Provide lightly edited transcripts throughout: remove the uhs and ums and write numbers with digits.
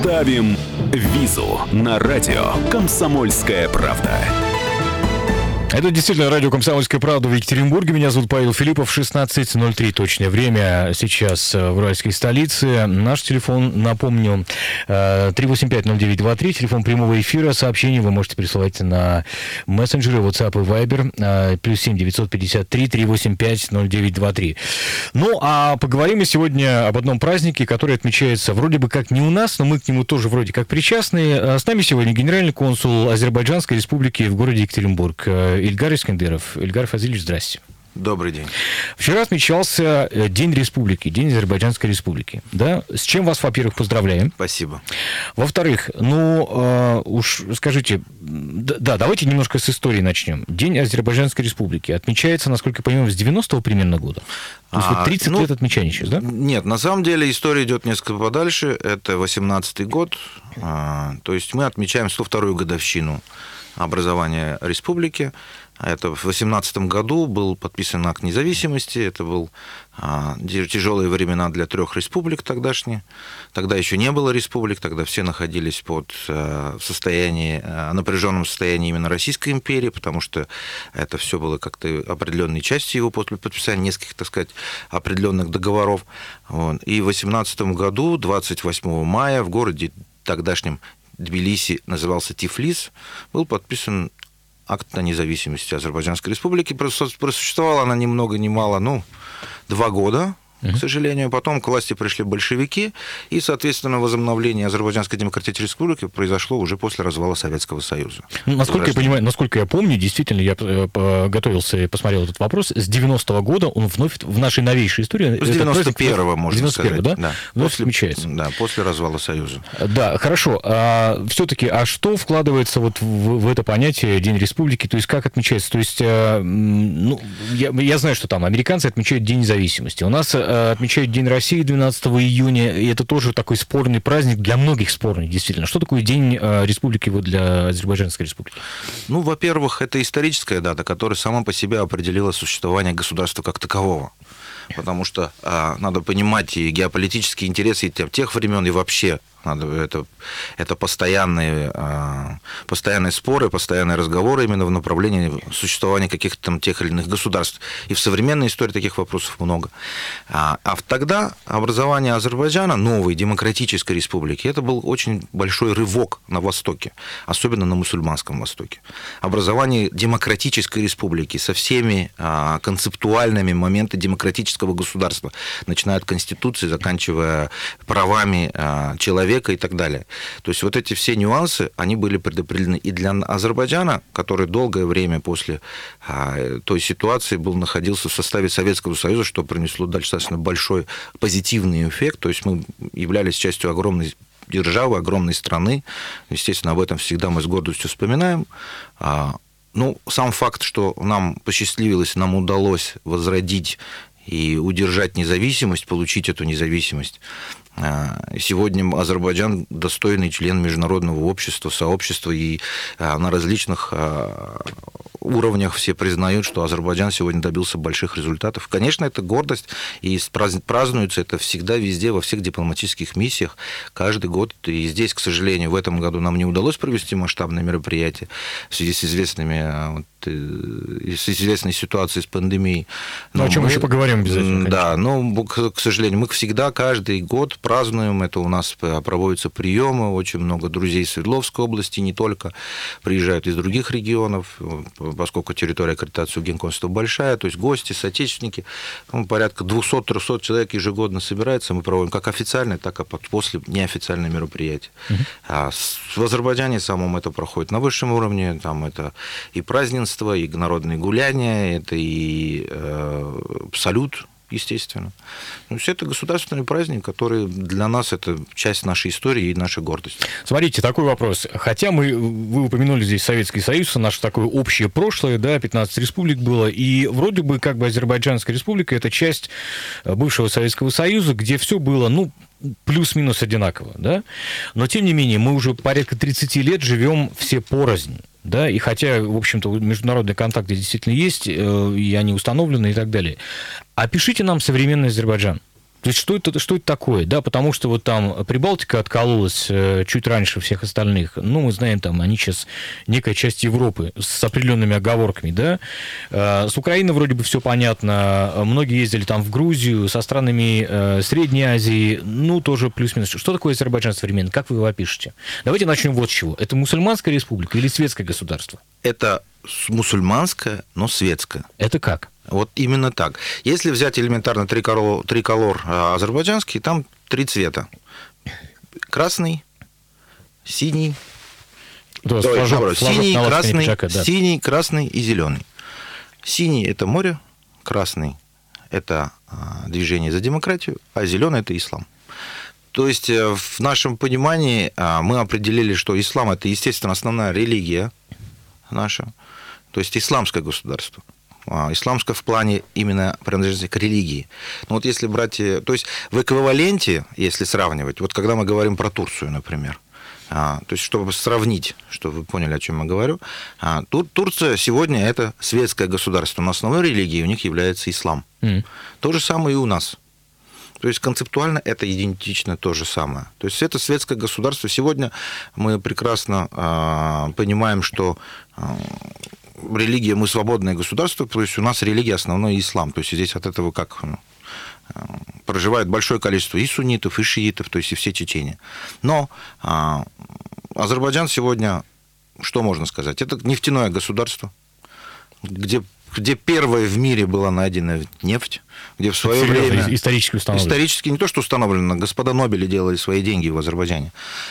Ставим визу на радио «Комсомольская правда». Это действительно радио «Комсомольская правда» в Екатеринбурге. Меня зовут Павел Филиппов. 16:03 точное время сейчас в уральской столице. Наш телефон, напомню, 3850923, телефон прямого эфира. Сообщения вы можете присылать на мессенджеры WhatsApp и Viber, +7 953 385 0923. Ну, а поговорим мы сегодня об одном празднике, который отмечается вроде бы как не у нас, но мы к нему тоже вроде как причастны. С нами сегодня генеральный консул Азербайджанской республики в городе Екатеринбург Ильгар Искандеров. Ильгар Фазилевич, здрасте. Добрый день. Вчера отмечался День Республики, День Азербайджанской Республики. Да? С чем вас, во-первых, поздравляем. Спасибо. Во-вторых, уж скажите, да, давайте немножко с истории начнем. День Азербайджанской Республики отмечается, насколько я понимаю, с 90-го примерно года. То есть 30 лет отмечания сейчас, да? Нет, на самом деле история идет несколько подальше. Это 18-й год. То есть мы отмечаем 102-ю годовщину образования республики. Это в 18 году был подписан акт независимости. Это был тяжелые времена для 3 республик тогдашних. Тогда еще не было республик, тогда все находились под напряженном состоянии именно Российской империи, потому что это все было как-то определенной частью его после подписания нескольких, так сказать, определенных договоров. И в 18 году, 28 мая, в городе тогдашнем Тбилиси, назывался Тифлис, был подписан акт о независимости Азербайджанской республики. Просуществовала она ни много ни мало, 2 года, к сожалению. Потом к власти пришли большевики, и, соответственно, возобновление Азербайджанской демократической республики произошло уже после развала Советского Союза. Насколько я понимаю, насколько я помню, действительно, я готовился и посмотрел этот вопрос, с 90-го года он вновь в нашей новейшей истории... С 91-го, можно сказать. Да? Вновь отмечается. Да, после развала Союза. Да, хорошо. Все-таки, что вкладывается вот в это понятие День Республики? То есть, как отмечается? То есть, я знаю, что там американцы отмечают День независимости. У нас отмечают День России 12 июня, и это тоже такой спорный праздник, для многих спорный, действительно. Что такое День Республики для Азербайджанской Республики? Во-первых, это историческая дата, которая сама по себе определила существование государства как такового. Потому что надо понимать и геополитические интересы и тех времен, и вообще это постоянные споры, постоянные разговоры именно в направлении существования каких-то там тех или иных государств. И в современной истории таких вопросов много. Тогда образование Азербайджана, новой демократической республики, это был очень большой рывок на Востоке, особенно на мусульманском Востоке. Образование демократической республики со всеми концептуальными моментами демократического государства, начиная от Конституции, заканчивая правами человека и так далее. То есть вот эти все нюансы, они были предопределены и для Азербайджана, который долгое время после той ситуации находился в составе Советского Союза, что принесло достаточно большой позитивный эффект. То есть мы являлись частью огромной державы, огромной страны. Естественно, об этом всегда мы с гордостью вспоминаем. Сам факт, что нам посчастливилось, нам удалось возродить и удержать независимость, получить эту независимость. Сегодня Азербайджан достойный член международного общества, сообщества, и на различных уровнях все признают, что Азербайджан сегодня добился больших результатов. Конечно, это гордость, и празднуется это всегда, везде, во всех дипломатических миссиях, каждый год. И здесь, к сожалению, в этом году нам не удалось провести масштабное мероприятие в связи с известной ситуацией с пандемией. О чем мы еще поговорим обязательно. Да, но, к сожалению, мы всегда, каждый год празднуем. Это у нас проводятся приемы, очень много друзей из Свердловской области, не только, приезжают из других регионов, поскольку территория аккредитации у Генконсульства большая, то есть гости, соотечественники, порядка 200-300 человек ежегодно собирается, мы проводим как официальные, так и после неофициальные мероприятия. В Азербайджане самом это проходит на высшем уровне, там это и празднество, и народные гуляния, это и салют, естественно. То есть это государственный праздник, который для нас это часть нашей истории и нашей гордости. Смотрите, такой вопрос. Хотя вы упомянули здесь Советский Союз, наше такое общее прошлое, да, 15 республик было, и вроде бы как бы Азербайджанская республика – это часть бывшего Советского Союза, где все было, плюс-минус одинаково, да, но тем не менее мы уже порядка 30 лет живем все порознь. Да, и хотя, в общем-то, международные контакты действительно есть, и они установлены и так далее. Опишите нам современный Азербайджан. То есть что это такое? Да, потому что вот там Прибалтика откололась чуть раньше всех остальных. Ну, мы знаем, там они сейчас некая часть Европы с определенными оговорками, да. С Украиной вроде бы все понятно. Многие ездили там в Грузию, со странами Средней Азии, ну, тоже плюс-минус. Что такое Азербайджан современный? Как вы его опишете? Давайте начнем вот с чего. Это мусульманская республика или светское государство? Это мусульманское, но светское. Это как? Вот именно так. Если взять элементарно триколор азербайджанский, там 3 цвета. Красный, синий, синий, красный и зеленый. Синий – это море, красный – это движение за демократию, а зеленый – это ислам. То есть в нашем понимании мы определили, что ислам – это, естественно, основная религия наша, то есть исламское государство. Исламское в плане именно принадлежности к религии. Но вот если брать, то есть в эквиваленте, если сравнивать, вот когда мы говорим про Турцию, например, то есть чтобы сравнить, чтобы вы поняли, о чем я говорю, Турция сегодня это светское государство, но основной религией у них является ислам. То же самое и у нас. То есть концептуально это идентично то же самое. То есть это светское государство. Сегодня мы прекрасно понимаем, что религия, мы свободное государство, то есть у нас религия основной ислам. То есть здесь от этого как проживает большое количество и суннитов, и шиитов, то есть и все чечения. Но Азербайджан сегодня, что можно сказать? Это нефтяное государство, где первое в мире была найдена нефть, где в свое время... Исторически установлено. Исторически не то, что установлено, господа Нобели делали свои деньги в Азербайджане.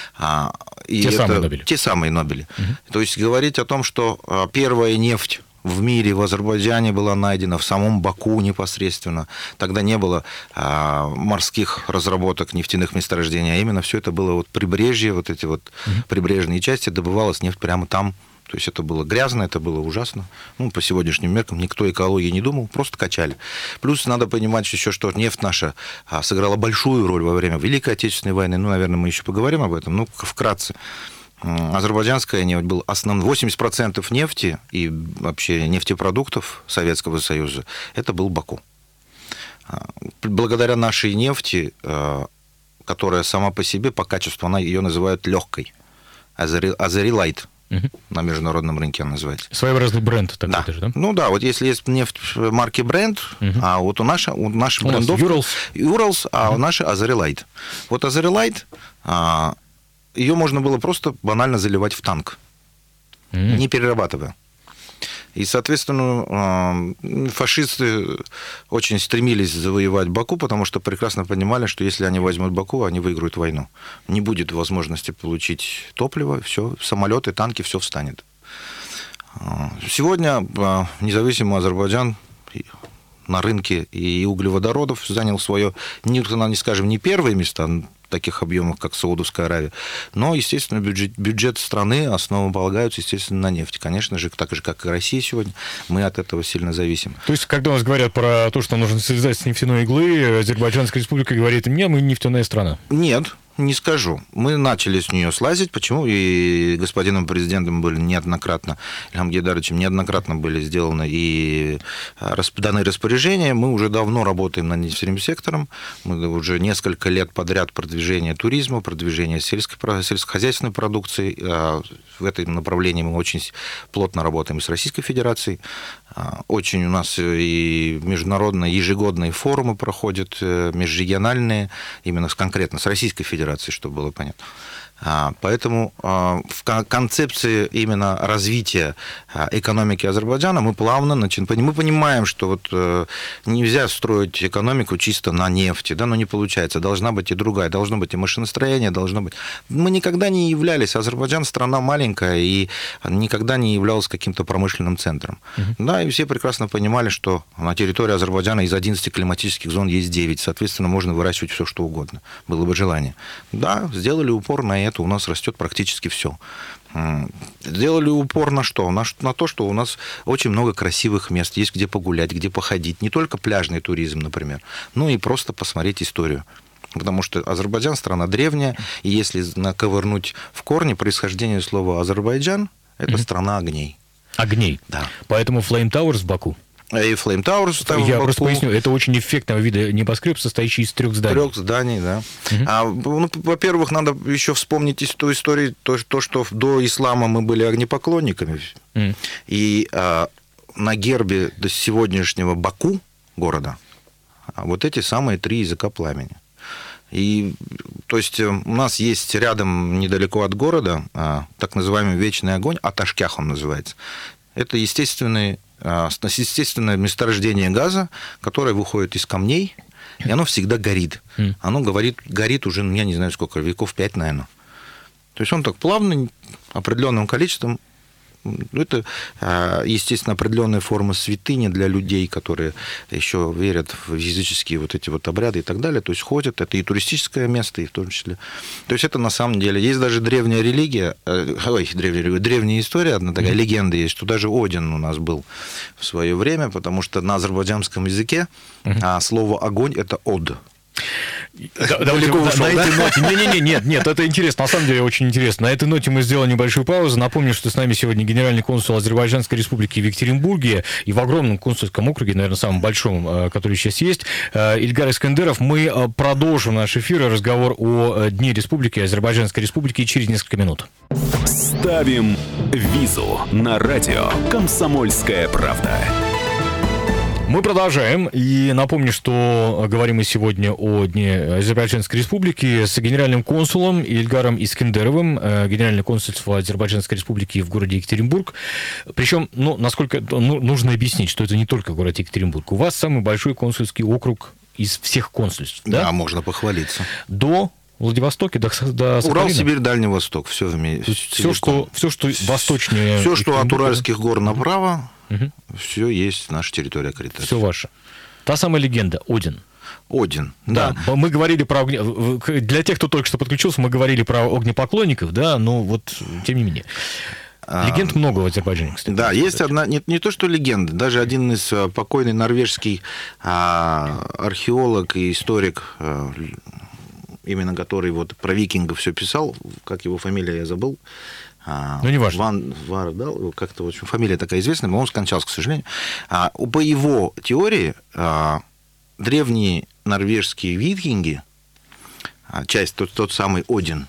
Самые Нобели. Те самые Нобели. То есть говорить о том, что первая нефть в мире в Азербайджане была найдена в самом Баку непосредственно. Тогда не было морских разработок нефтяных месторождений, а именно все это было вот прибрежье, вот эти вот прибрежные части, добывалась нефть прямо там. То есть это было грязно, это было ужасно. Ну, по сегодняшним меркам никто экологии не думал, просто качали. Плюс надо понимать еще, что нефть наша сыграла большую роль во время Великой Отечественной войны. Ну, наверное, мы еще поговорим об этом. Ну, вкратце. Азербайджанская нефть была основной. 80% нефти и вообще нефтепродуктов Советского Союза это был Баку. Благодаря нашей нефти, которая сама по себе по качеству, ее называют легкой. Азери Лайт. На международном рынке она называется. Своеобразный бренд такой да. же, да? Ну да, вот если есть нефть марки Brent, а вот у наших брендов Urals, а у нашей Azeri Light. Вот Azeri Light, ее можно было просто банально заливать в танк, не перерабатывая. И, соответственно, фашисты очень стремились завоевать Баку, потому что прекрасно понимали, что если они возьмут Баку, они выиграют войну. Не будет возможности получить топливо, все, самолеты, танки, все встанет. Сегодня независимый Азербайджан на рынке и углеводородов занял свое, не скажем, не первое место, в таких объемах, как Саудовская Аравия. Но, естественно, бюджет страны основополагается, естественно, на нефти. Конечно же, так же, как и Россия сегодня, мы от этого сильно зависим. То есть, когда у нас говорят про то, что нужно слезать с нефтяной иглы, Азербайджанская республика говорит: «Не, мы нефтяная страна». Нет. Не скажу. Мы начали с нее слазить. Почему? И господином президентом были неоднократно, Ильхам Гейдаровичем неоднократно были сделаны и даны распоряжения. Мы уже давно работаем над нефтяным сектором. Мы уже несколько лет подряд продвижение туризма, продвижение сельскохозяйственной продукции. В этом направлении мы очень плотно работаем с Российской Федерацией. Очень у нас и международные ежегодные форумы проходят, межрегиональные, именно конкретно с Российской Федерацией, чтобы было понятно. Поэтому в концепции именно развития экономики Азербайджана мы плавно начинаем. Мы понимаем, что вот нельзя строить экономику чисто на нефти, да, но не получается. Должна быть и другая, должно быть и машиностроение, должно быть. Мы никогда не являлись, Азербайджан страна маленькая и никогда не являлась каким-то промышленным центром. Да, и все прекрасно понимали, что на территории Азербайджана из 11 климатических зон есть 9, соответственно, можно выращивать все, что угодно, было бы желание. Да, сделали упор на это, у нас растет практически все. Сделали упор на что? На то, что у нас очень много красивых мест, есть где погулять, где походить. Не только пляжный туризм, например, но и просто посмотреть историю. Потому что Азербайджан страна древняя, и если наковырнуть в корне происхождение слова Азербайджан, это страна огней. Огней? Да. Поэтому Flame Towers в Баку? И Flame Towers там Я просто поясню, это очень эффектного вида небоскреб, состоящий из 3 зданий. 3 зданий, да. Во-первых, надо еще вспомнить ту историю, то, что до ислама мы были огнепоклонниками. И на гербе до сегодняшнего Баку, города, вот эти самые 3 языка пламени. И, то есть, у нас есть рядом, недалеко от города, так называемый вечный огонь, Аташкях он называется. Это естественное месторождение газа, которое выходит из камней, и оно всегда горит. Оно горит уже, я не знаю сколько, веков 5, наверное. То есть он так плавно, определенным количеством. Это, естественно, определенная форма святыни для людей, которые еще верят в языческие вот эти вот обряды и так далее. То есть ходят, это и туристическое место, и в том числе. То есть это на самом деле... Есть даже древняя религия, древняя история, одна такая легенда есть, что даже Один у нас был в свое время, потому что на азербайджанском языке слово «огонь» — это «од». Далеко ушел, на этой ноте. Нет, это интересно, на самом деле очень интересно. На этой ноте мы сделали небольшую паузу. Напомню, что с нами сегодня генеральный консул Азербайджанской республики в Екатеринбурге и в огромном консульском округе, наверное, самом большом, который сейчас есть, Ильгар Искандеров. Мы продолжим наш эфир и разговор о Дне Республики, Азербайджанской республики через несколько минут. Ставим визу на радио «Комсомольская правда». Мы продолжаем. И напомню, что говорим мы сегодня о Дне Азербайджанской республики с генеральным консулом Ильгаром Искандеровым, генеральное консульство Азербайджанской республики в городе Екатеринбург. Причем, насколько нужно объяснить, что это не только город Екатеринбург. У вас самый большой консульский округ из всех консульств, да? Да, можно похвалиться. До Владивостоке, до Сахалина. Урал, Сибирь, Дальний Восток, все вместе. Все, что восточнее. Все, что от Уральских гор направо, все есть наша территория аккредитации. Все ваше. Та самая легенда Один. Один, да. Мы говорили про для тех, кто только что подключился, мы говорили про огнепоклонников, да, но вот тем не менее. Легенд много в Азербайджане, кстати. Да, есть одна, не то что легенда, даже один из покойный норвежский археолог и историк, именно который вот про викингов все писал, как его фамилия я забыл. Ну, неважно. Ван Вардал, как-то, в общем, фамилия такая известная, но он скончался, к сожалению. По его теории, древние норвежские викинги, часть, тот самый Один,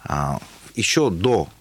еще до,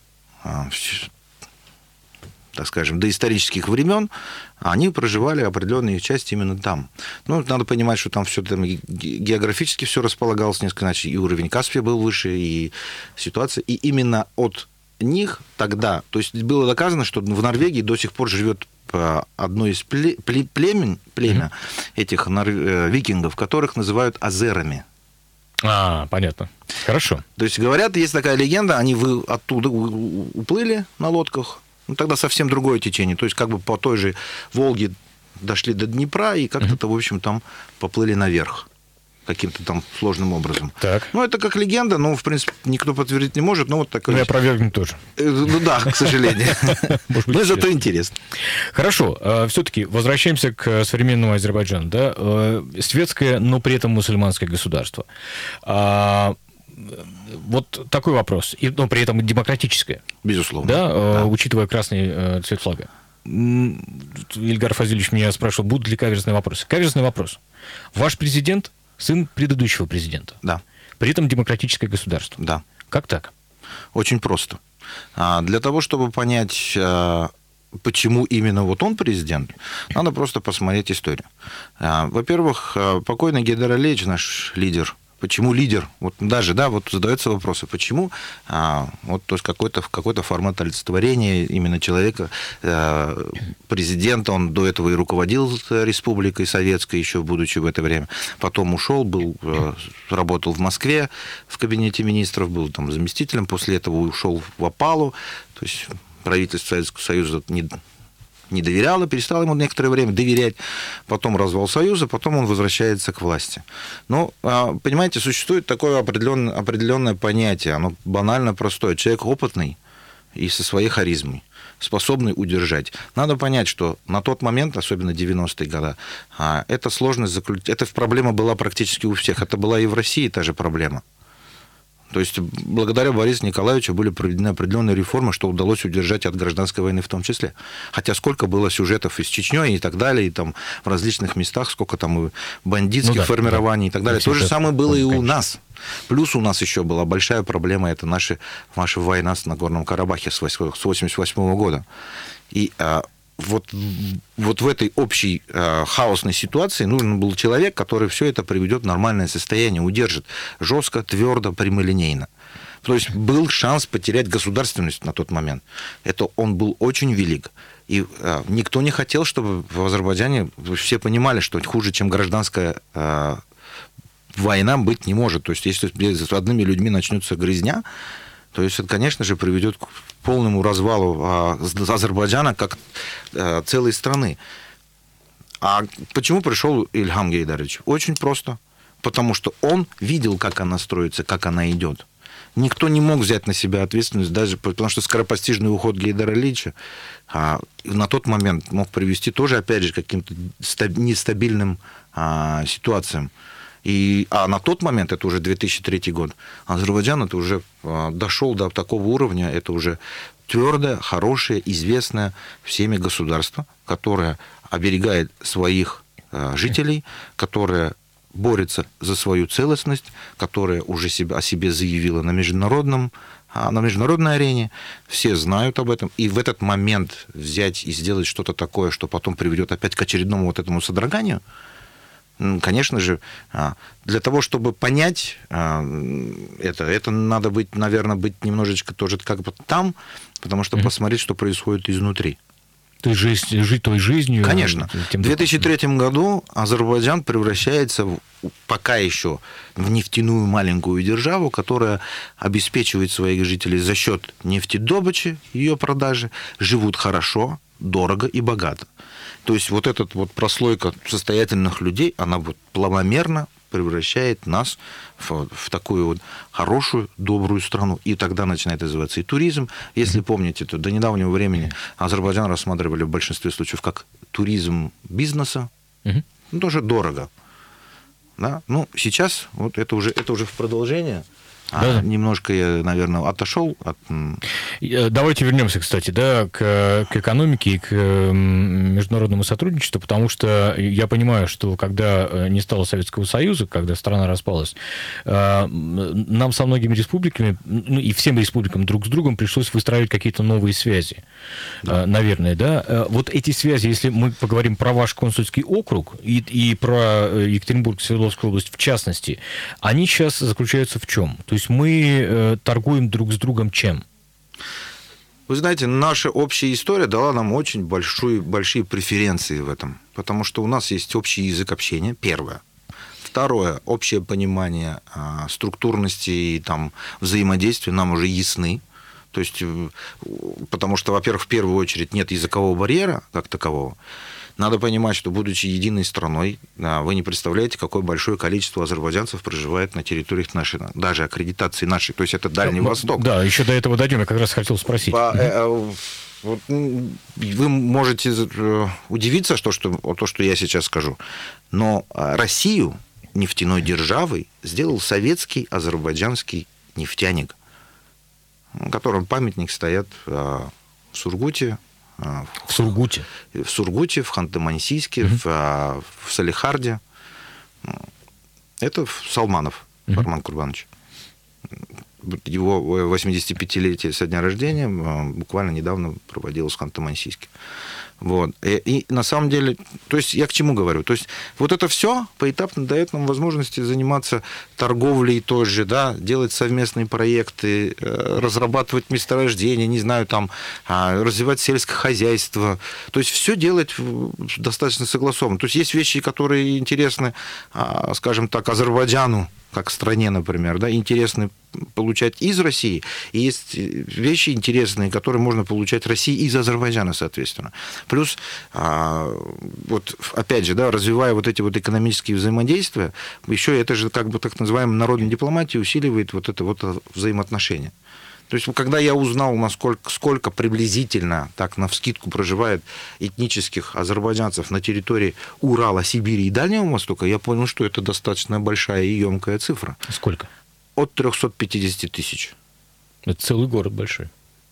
так скажем, до исторических времен, они проживали определенные части именно там. Ну, надо понимать, что там все там географически все располагалось несколько иначе, и уровень Каспия был выше, и ситуация, и именно от них тогда, то есть было доказано, что в Норвегии до сих пор живет одно из племя этих викингов, которых называют азерами. Понятно. Хорошо. То есть, говорят, есть такая легенда, они оттуда уплыли на лодках, тогда совсем другое течение, то есть как бы по той же Волге дошли до Днепра и как-то, в общем, там поплыли наверх каким-то там сложным образом. Так. Это как легенда, в принципе, никто подтвердить не может, но вот такое... Я опровергну тоже. Да, к сожалению. Но зато интересно. Хорошо. Все-таки возвращаемся к современному Азербайджану. Да? Светское, но при этом мусульманское государство. Вот такой вопрос. Но при этом демократическое. Безусловно. Да, учитывая красный цвет флага. Ильгар Фазилевич меня спрашивал, будут ли каверзные вопросы. Каверзный вопрос. Ваш президент сын предыдущего президента. Да. При этом демократическое государство. Да. Как так? Очень просто. Для того, чтобы понять, почему именно вот он президент, надо просто посмотреть историю. Во-первых, покойный Гейдар Алиевич, наш лидер. Почему лидер? Вот даже, вот задается вопрос, почему то есть какой-то формат олицетворения именно человека, президента, он до этого и руководил республикой советской, еще будучи в это время, потом ушел, работал в Москве в кабинете министров, был там заместителем, после этого ушел в опалу, то есть правительство Советского Союза не доверяло, перестало ему некоторое время доверять, потом развал Союза, потом он возвращается к власти. Но, понимаете, существует такое определенное понятие, оно банально простое. Человек опытный и со своей харизмой, способный удержать. Надо понять, что на тот момент, особенно 90-е годы, эта сложность, эта проблема была практически у всех. Это была и в России та же проблема. То есть благодаря Борису Николаевичу были проведены определенные реформы, что удалось удержать от гражданской войны в том числе. Хотя сколько было сюжетов из Чечни и так далее, и там в различных местах, сколько там и бандитских формирований и так далее. То же самое было и у нас. Плюс у нас еще была большая проблема, это наша война на Нагорном Карабахе с 1988 года. И вот в этой общей хаосной ситуации нужен был человек, который все это приведет в нормальное состояние, удержит жестко, твердо, прямолинейно. То есть был шанс потерять государственность на тот момент. Он был очень велик. И никто не хотел, чтобы в Азербайджане все понимали, что хуже, чем гражданская война, быть не может. То есть если с одними людьми начнется грязня, то есть это, конечно же, приведет к полному развалу Азербайджана как целой страны. А почему пришел Ильхам Гейдарович? Очень просто. Потому что он видел, как она строится, как она идет. Никто не мог взять на себя ответственность, даже потому что скоропостижный уход Гейдара Алиевича на тот момент мог привести тоже, опять же, к каким-то нестабильным ситуациям. А на тот момент, это уже 2003 год, Азербайджан это уже дошел до такого уровня, это уже твердое, хорошее, известное всеми государство, которое оберегает своих жителей, которое борется за свою целостность, которое уже о себе заявило на международной арене. Все знают об этом. И в этот момент взять и сделать что-то такое, что потом приведет опять к очередному вот этому содроганию, конечно же, для того, чтобы понять это надо быть, наверное, быть немножечко тоже как бы там, потому что посмотреть, что происходит изнутри. То есть жить той жизнью. Конечно. В 2003 году Азербайджан превращается пока еще в нефтяную маленькую державу, которая обеспечивает своих жителей за счет нефтедобычи, ее продажи, живут хорошо, дорого и богато. То есть вот эта вот прослойка состоятельных людей, она вот плавомерно превращает нас в такую вот хорошую, добрую страну. И тогда начинает развиваться и туризм. Если помните, то до недавнего времени Азербайджан рассматривали в большинстве случаев как туризм бизнеса. Тоже дорого. Да? Сейчас вот это уже в продолжение. Немножко я, наверное, отошел от... Давайте вернемся, кстати, к экономике и к международному сотрудничеству, потому что я понимаю, что когда не стало Советского Союза, когда страна распалась, нам со многими республиками, и всем республикам друг с другом пришлось выстраивать какие-то новые связи, наверное, да? Вот эти связи, если мы поговорим про ваш консульский округ и про Екатеринбург, Свердловскую область в частности, они сейчас заключаются в чем? То есть мы торгуем друг с другом чем? Вы знаете, наша общая история дала нам очень большие преференции в этом, потому что у нас есть общий язык общения, первое. Второе, общее понимание структурности и взаимодействия нам уже ясны. То есть, потому что, во-первых, в первую очередь нет языкового барьера как такового. Надо понимать, что, будучи единой страной, вы не представляете, какое большое количество азербайджанцев проживает на территориях нашей, даже аккредитации нашей, то есть это Дальний Восток. Да, еще до этого дойдем, я как раз хотел спросить. Вы можете удивиться, то, что я сейчас скажу, но Россию нефтяной державой сделал советский азербайджанский нефтяник, в котором памятник стоит в Сургуте. В Сургуте? В Сургуте, в Ханты-Мансийске, в Салихарде. Это Салманов, Фарман Курбанович. Его 85-летие со дня рождения буквально недавно проводилось в Ханты-Мансийске. Вот. И на самом деле, то есть я к чему говорю? То есть вот это все поэтапно дает нам возможности заниматься торговлей тоже, делать совместные проекты, разрабатывать месторождения, не знаю, развивать сельское хозяйство. То есть все делать достаточно согласованно. То есть есть вещи, которые интересны, скажем так, Азербайджану, как стране, например, интересны получать из России, и есть вещи интересные, которые можно получать России из Азербайджана, соответственно. Плюс, вот опять же, развивая вот эти вот экономические взаимодействия, еще это же как бы так называемая народная дипломатия усиливает вот это вот взаимоотношения. То есть, когда я узнал, сколько приблизительно, так навскидку, проживает этнических азербайджанцев на территории Урала, Сибири и Дальнего Востока, я понял, что это достаточно большая и емкая цифра. Сколько? от 350 тысяч. Это целый город большой.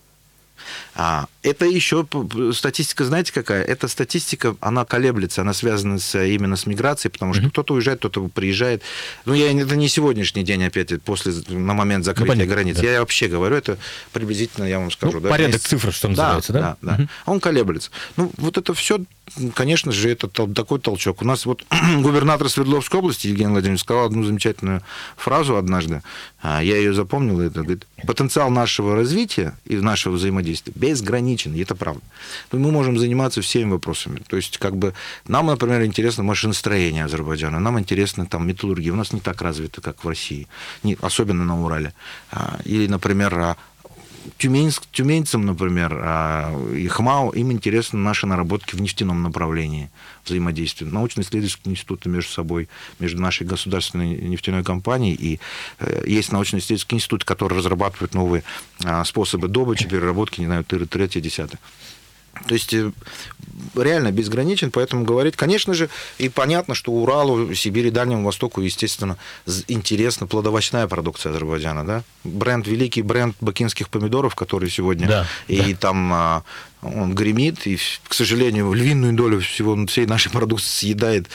Это еще статистика, знаете, какая? Эта статистика, она колеблется, она связана именно с миграцией, потому что кто-то уезжает, кто-то приезжает. Это не сегодняшний день, опять, на момент закрытия границ. Да. Я вообще говорю, это приблизительно, я вам скажу. Порядок цифр, что называется, да? Да. Он колеблется. Вот это все, конечно же, это такой толчок. У нас вот губернатор Свердловской области Евгений Владимирович сказал одну замечательную фразу однажды. Я ее запомнил. Это говорит: потенциал нашего развития и нашего взаимодействия безграничен, и это правда. Мы можем заниматься всеми вопросами. То есть, нам, например, интересно машиностроение Азербайджана, нам интересно металлургия. У нас не так развито, как в России, особенно на Урале. Или, например, тюменцам, например, и ХМАО, им интересны наши наработки в нефтяном направлении взаимодействия. Научно-исследовательские институты между собой, между нашей государственной нефтяной компанией, и есть научно-исследовательский институт, который разрабатывает новые способы добычи, переработки, третье, десятое. То есть реально безграничен, поэтому говорить, конечно же, и понятно, что Уралу, Сибири, Дальнему Востоку, естественно, интересна плодовочная продукция Азербайджана, да? Великий бренд бакинских помидоров, который сегодня, там он гремит, и, к сожалению, львиную долю всей нашей продукции съедает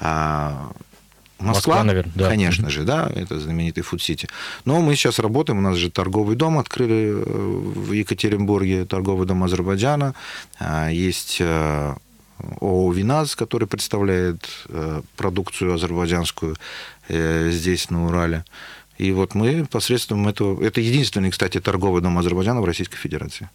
Москва, наверное, да. Конечно же, да, это знаменитый Фуд-Сити. Но мы сейчас работаем, у нас же торговый дом открыли в Екатеринбурге, торговый дом Азербайджана, есть ООО «Виназ», который представляет продукцию азербайджанскую здесь, на Урале. И вот мы посредством этого... Это единственный, кстати, торговый дом Азербайджана в Российской Федерации.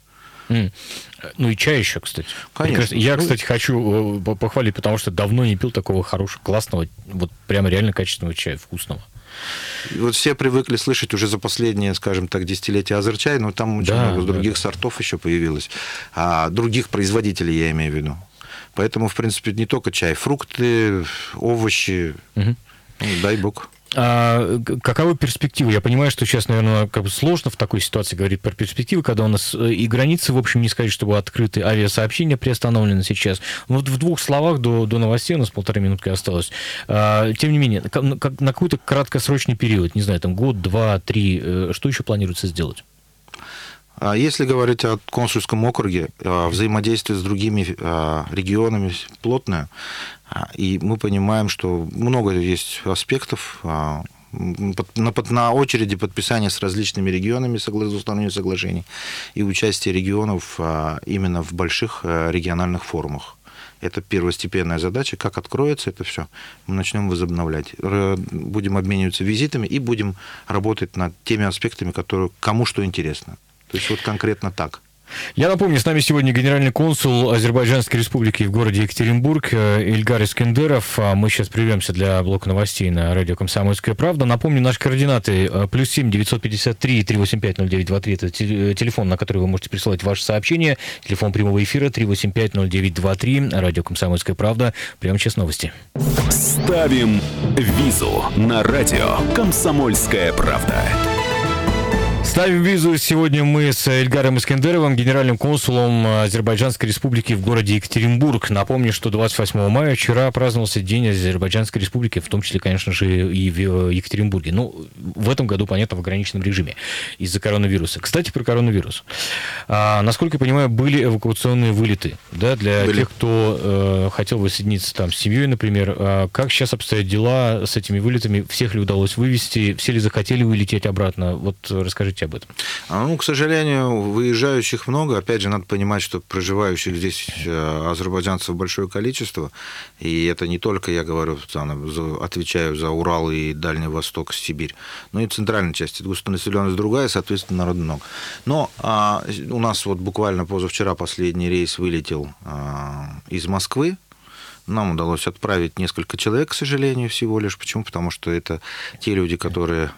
И чай еще, кстати. Конечно. Я, кстати, хочу похвалить, потому что давно не пил такого хорошего, классного, вот прямо реально качественного чая, вкусного. Вот все привыкли слышать уже за последние, скажем так, десятилетия азерчай, но там очень много других сортов еще появилось, других производителей, я имею в виду. Поэтому, в принципе, не только чай, фрукты, овощи, дай бог. Каковы перспективы? Я понимаю, что сейчас, наверное, сложно в такой ситуации говорить про перспективы, когда у нас и границы, в общем, не сказать, чтобы открыты, авиасообщения приостановлены сейчас. Вот в двух словах до новостей, у нас 1,5 минутки осталось. Тем не менее, на какой-то краткосрочный период, не знаю, год, 2, 3, что еще планируется сделать? Если говорить о консульском округе, взаимодействие с другими регионами плотное, и мы понимаем, что много есть аспектов на очереди подписания с различными регионами двусторонних соглашений и участие регионов именно в больших региональных форумах. Это первостепенная задача. Как откроется это все, мы начнем возобновлять. Будем обмениваться визитами и будем работать над теми аспектами, которые кому что интересно. То есть вот конкретно так. Я напомню, с нами сегодня генеральный консул Азербайджанской Республики в городе Екатеринбург Ильгар Искендеров. Мы сейчас прервемся для блока новостей на радио «Комсомольская правда». Напомню, наши координаты +7 953 385 0923. Это телефон, на который вы можете присылать ваши сообщения. Телефон прямого эфира 385 0923. Радио «Комсомольская правда». Прямо сейчас новости. Ставим визу на радио «Комсомольская правда». Ставим визу. Сегодня мы с Ильгаром Искендеровым, генеральным консулом Азербайджанской Республики в городе Екатеринбург. Напомню, что 28 мая вчера праздновался День Азербайджанской Республики, в том числе, конечно же, и в Екатеринбурге. В этом году, понятно, в ограниченном режиме из-за коронавируса. Кстати, про коронавирус. Насколько я понимаю, были эвакуационные вылеты, да, для тех, кто хотел воссоединиться с семьей, например. Как сейчас обстоят дела с этими вылетами? Всех ли удалось вывести? Все ли захотели улететь обратно? Вот расскажите об этом. К сожалению, выезжающих много. Опять же, надо понимать, что проживающих здесь азербайджанцев большое количество. И это не только, я говорю, отвечаю за Урал и Дальний Восток, Сибирь, но и центральная часть. Густонаселенность другая, соответственно, народу много. Но у нас буквально позавчера последний рейс вылетел из Москвы. Нам удалось отправить несколько человек, к сожалению, всего лишь. Почему? Потому что это те люди, которые...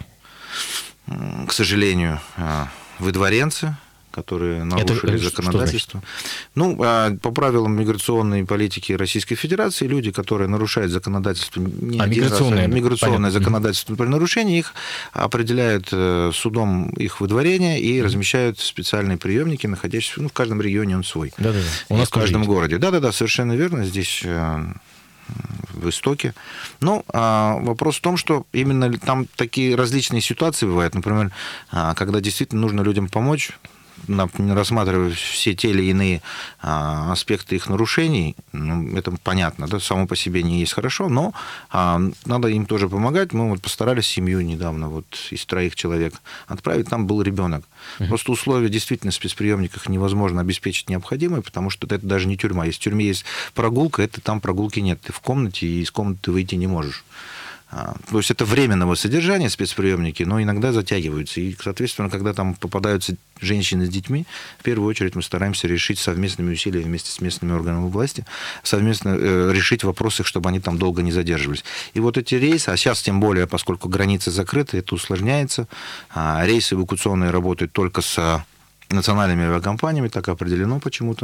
к сожалению, выдворенцы, которые нарушили законодательство. По правилам миграционной политики Российской Федерации, люди, которые нарушают законодательство, миграционное законодательство при нарушении, их определяют судом их выдворение и размещают в специальные приемники, находящиеся в каждом регионе он свой. Да-да-да. У нас в каждом городе. Да-да-да, совершенно верно. Здесь в Истоке. Но вопрос в том, что именно там такие различные ситуации бывают. Например, когда действительно нужно людям помочь, рассматривая все те или иные аспекты их нарушений, ну, это понятно, да, само по себе не есть хорошо, но надо им тоже помогать. Мы вот постарались семью недавно вот из 3 человек отправить, там был ребенок. Просто условия действительно в спецприемниках невозможно обеспечить необходимое, потому что это даже не тюрьма. Если в тюрьме есть прогулка, это там прогулки нет. Ты в комнате, и из комнаты ты выйти не можешь. То есть это временного содержания спецприемники, но иногда затягиваются. И, соответственно, когда там попадаются женщины с детьми, в первую очередь мы стараемся решить совместными усилиями вместе с местными органами власти, совместно решить вопросы, чтобы они там долго не задерживались. И вот эти рейсы, а сейчас тем более, поскольку границы закрыты, это усложняется. Рейсы эвакуационные работают только с национальными авиакомпаниями, так определено почему-то.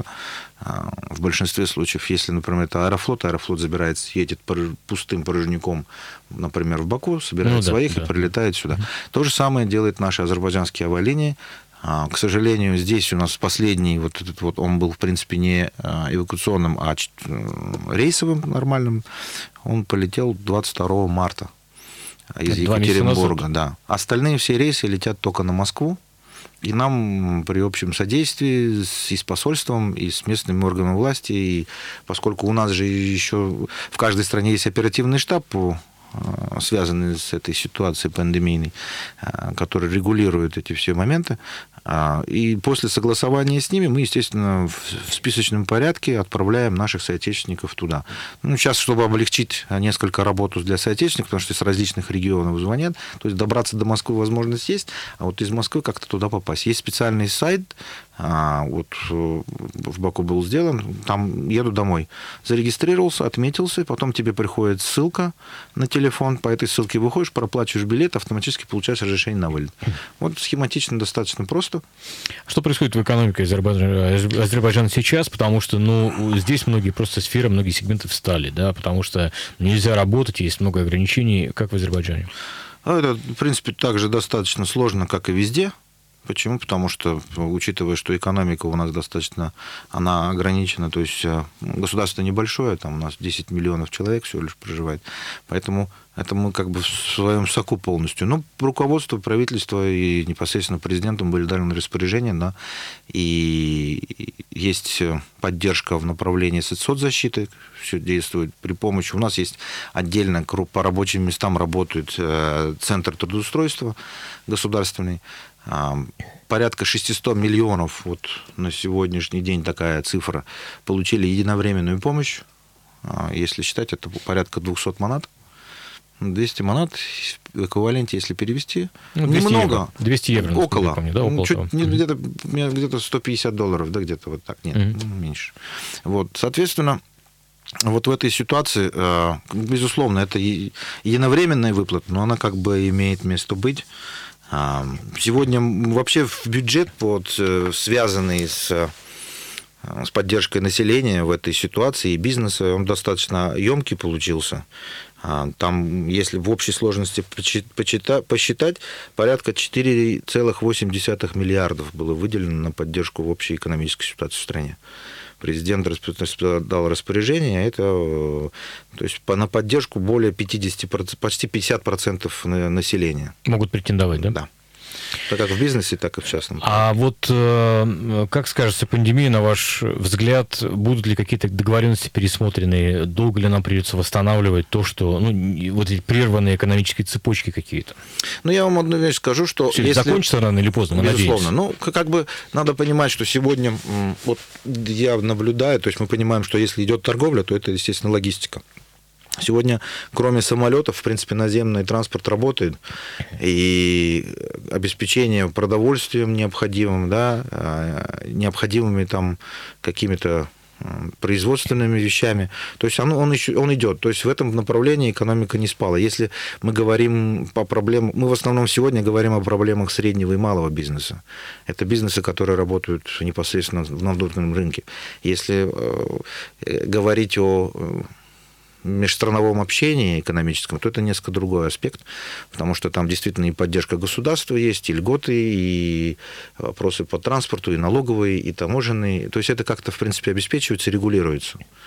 В большинстве случаев, если, например, это Аэрофлот забирается, едет пустым порожняком, например, в Баку, собирает своих и прилетает сюда. То же самое делают наши азербайджанские авиалинии. К сожалению, здесь у нас последний, вот этот вот, он был, в принципе, не эвакуационным, а рейсовым нормальным. Он полетел 22 марта из Екатеринбурга. Да. Остальные все рейсы летят только на Москву. И нам при общем содействии и с посольством, и с местными органами власти, и поскольку у нас же еще в каждой стране есть оперативный штаб, связанный с этой ситуацией пандемийной, который регулирует эти все моменты, и после согласования с ними мы, естественно, в списочном порядке отправляем наших соотечественников туда. Ну, сейчас, чтобы облегчить несколько работу для соотечественников, потому что с различных регионов звонят, то есть добраться до Москвы возможность есть, а вот из Москвы как-то туда попасть. Есть специальный сайт, вот в Баку был сделан, там еду домой, зарегистрировался, отметился, потом тебе приходит ссылка на телефон, по этой ссылке выходишь, проплачиваешь билет, автоматически получаешь разрешение на вылет. Вот схематично, достаточно просто. Что происходит в экономике Азербайджана сейчас? Потому что, здесь многие сегменты встали, да, потому что нельзя работать, есть много ограничений. Как в Азербайджане? Это, в принципе, также достаточно сложно, как и везде. Почему? Потому что, учитывая, что экономика у нас достаточно, она ограничена, то есть государство небольшое, там у нас 10 миллионов человек всего лишь проживает, поэтому это мы как бы в своем соку полностью. Но руководство, правительство и непосредственно президентом были даны распоряжения, и есть поддержка в направлении соцзащиты, все действует при помощи. У нас есть отдельно по рабочим местам работает центр трудоустройства государственный. Порядка 600 миллионов, вот на сегодняшний день такая цифра, получили единовременную помощь. Если считать, это порядка 200 манат. 200 манат в эквиваленте, если перевести, 200 немного. Евро. 200 евро. Около. Помню, да, около где-то $150, да, где-то вот так, нет, меньше. Вот, соответственно, вот в этой ситуации, безусловно, это единовременная выплата, но она как бы имеет место быть. Сегодня вообще в бюджет, связанный с поддержкой населения в этой ситуации и бизнеса, он достаточно емкий получился. Там, если в общей сложности посчитать, порядка 4,8 миллиардов было выделено на поддержку в общей экономической ситуации в стране. Президент дал распоряжение, то есть на поддержку более 50%, почти 50% населения. Могут претендовать, да? Да. Так как в бизнесе, так и в частном. А вот как скажется пандемия, на ваш взгляд, будут ли какие-то договоренности пересмотрены? Долго ли нам придется восстанавливать то, что вот эти прерванные экономические цепочки какие-то? Я вам одну вещь скажу, что если закончится рано или поздно, мы безусловно, надеемся. Как бы надо понимать, что сегодня, вот я наблюдаю, то есть мы понимаем, что если идет торговля, то это, естественно, логистика. Сегодня, кроме самолетов, в принципе, наземный транспорт работает, и обеспечение продовольствием необходимым, необходимыми там какими-то производственными вещами, то есть он идет. То есть в этом направлении экономика не спала. Если мы говорим по проблемам, мы в основном сегодня говорим о проблемах среднего и малого бизнеса. Это бизнесы, которые работают непосредственно на внутреннем рынке. Если говорить о межстрановом общении экономическом, то это несколько другой аспект, потому что там действительно и поддержка государства есть, и льготы, и вопросы по транспорту, и налоговые, и таможенные. То есть это как-то, в принципе, обеспечивается, регулируется.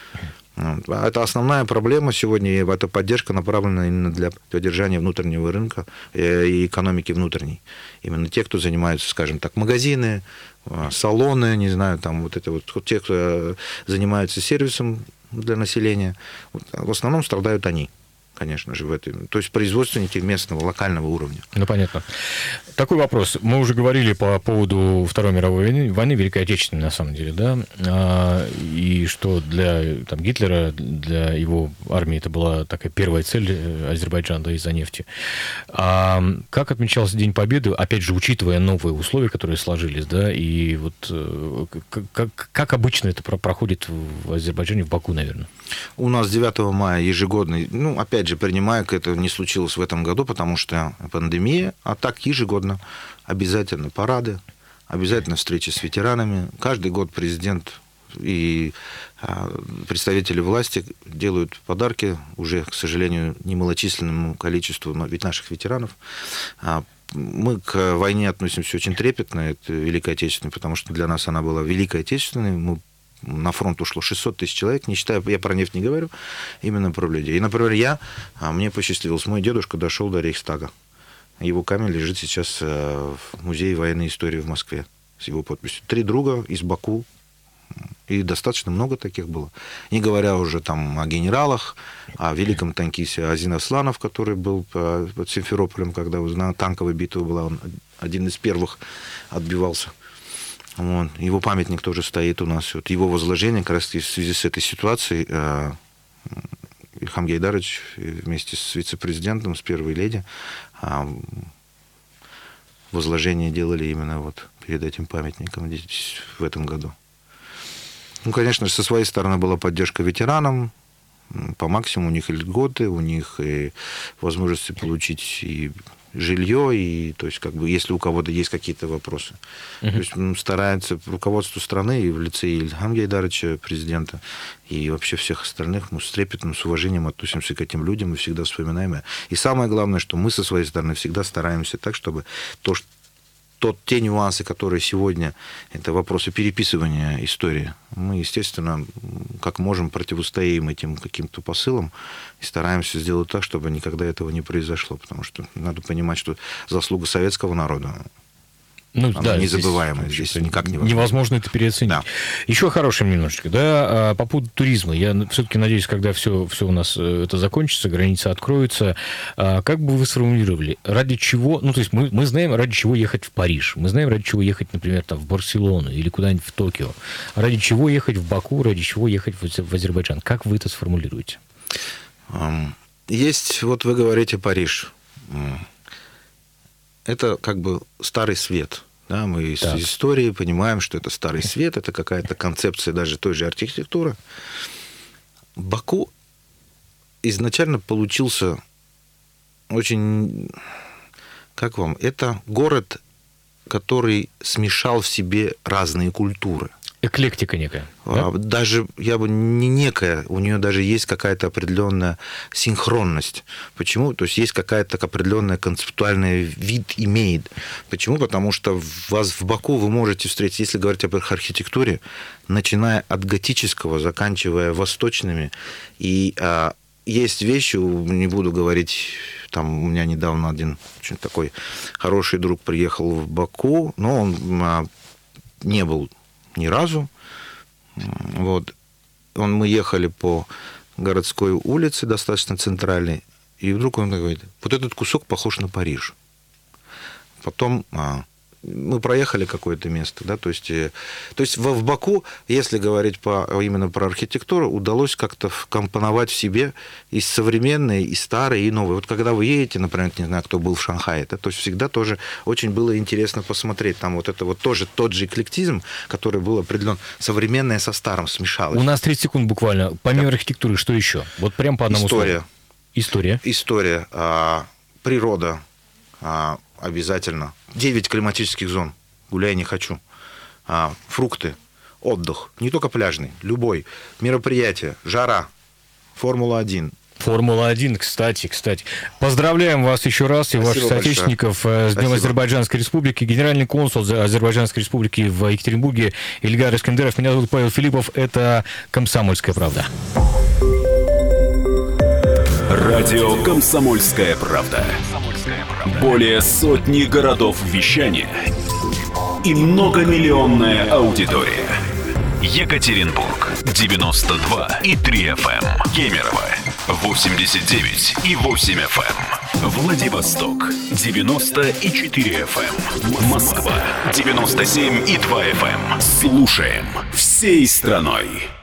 Это основная проблема сегодня, и эта поддержка направлена именно для поддержания внутреннего рынка и экономики внутренней. Именно те, кто занимаются, скажем так, магазины, салоны, не знаю, там вот это вот, те, кто занимаются сервисом для населения, в основном страдают они. Конечно же, в этом. То есть производственники местного, локального уровня. Ну, понятно. Такой вопрос. Мы уже говорили по поводу Второй мировой войны, Великой Отечественной, на самом деле, да, и что для Гитлера, для его армии это была такая первая цель Азербайджана, да, из-за нефти. А как отмечался День Победы, опять же, учитывая новые условия, которые сложились, да, и вот как обычно это проходит в Азербайджане, в Баку, наверное? У нас 9 мая ежегодный, опять же, принимаю, это не случилось в этом году, потому что пандемия, а так ежегодно обязательно парады, обязательно встречи с ветеранами. Каждый год президент и представители власти делают подарки уже, к сожалению, немалочисленному количеству наших ветеранов. Мы к войне относимся очень трепетно, это Великая Отечественная, потому что для нас она была Великой Отечественной. На фронт ушло 600 тысяч человек, не считая, я про нефть не говорю, именно про людей. И, например, мне посчастливилось, мой дедушка дошел до Рейхстага. Его камень лежит сейчас в Музее военной истории в Москве с его подписью. 3 друга из Баку, и достаточно много таких было. Не говоря уже там о генералах, о великом танкисте Азин Асланов, который был под Симферополем, когда танковая битва была, он один из первых отбивался. Вот. Его памятник тоже стоит у нас. Вот его возложение, как раз в связи с этой ситуацией, Ильхам Гейдарович вместе с вице-президентом, с первой леди, возложение делали именно вот перед этим памятником здесь, в этом году. Конечно же, со своей стороны была поддержка ветеранам. По максимуму у них и льготы, у них и возможности получить и жилье, и то есть, если у кого-то есть какие-то вопросы. То есть старается руководство страны и в лице Ильхама Гейдаровича, президента, и вообще всех остальных, мы с трепетом, с уважением относимся к этим людям и всегда вспоминаем. И самое главное, что мы со своей стороны всегда стараемся так, чтобы те нюансы, которые сегодня, это вопросы переписывания истории, мы, естественно, как можем, противостоим этим каким-то посылам и стараемся сделать так, чтобы никогда этого не произошло, потому что надо понимать, что заслуга советского народа, она незабываемая, здесь никак невозможно это переоценить. Да. Еще хорошим немножечко, да, по поводу туризма. Я все-таки надеюсь, когда все у нас это закончится, границы откроются, как бы вы сформулировали, ради чего, то есть мы знаем, ради чего ехать в Париж, мы знаем, ради чего ехать, например, в Барселону или куда-нибудь в Токио, ради чего ехать в Баку, ради чего ехать в Азербайджан. Как вы это сформулируете? Есть, вот вы говорите Париж. Это как бы старый свет. Да, мы из истории понимаем, что это старый свет, это какая-то концепция даже той же архитектуры. Баку изначально получился очень... Как вам? Это город, который смешал в себе разные культуры. Эклектика некая. Да? Даже, я бы не некая, у нее даже есть какая-то определенная синхронность. Почему? То есть есть какая-то определенная концептуальный вид имеет. Почему? Потому что вас в Баку вы можете встретить, если говорить об архитектуре, начиная от готического, заканчивая восточными. И есть вещи, не буду говорить, там у меня недавно один очень такой хороший друг приехал в Баку, но он не был ни разу. Вот. Мы ехали по городской улице, достаточно центральной, и вдруг он говорит, вот этот кусок похож на Париж. Потом мы проехали какое-то место, да, то есть в Баку, если говорить именно про архитектуру, удалось как-то компоновать в себе и современные, и старые, и новые. Вот когда вы едете, например, не знаю, кто был в Шанхае, то есть всегда тоже очень было интересно посмотреть, там вот это вот тоже тот же эклектизм, который был определен, современное со старым смешалось. У нас 30 секунд буквально. Помимо архитектуры, что еще? Вот прям по одному слову. История. Природа. Обязательно. 9 климатических зон. Гуляй не хочу. Фрукты, отдых. Не только пляжный, любой. Мероприятие, жара, Формула-1. Формула-1, кстати. Поздравляем вас еще раз и ваших соотечественников с Днем Азербайджанской Республики. Генеральный консул Азербайджанской Республики в Екатеринбурге Ильгар Искандеров. Меня зовут Павел Филиппов. Это «Комсомольская правда». Радио «Комсомольская правда». Более сотни городов вещания и многомиллионная аудитория. Екатеринбург 92,3 FM. Кемерово 89,8 FM. Владивосток 90,4 FM. Москва 97,2 FM. Слушаем всей страной.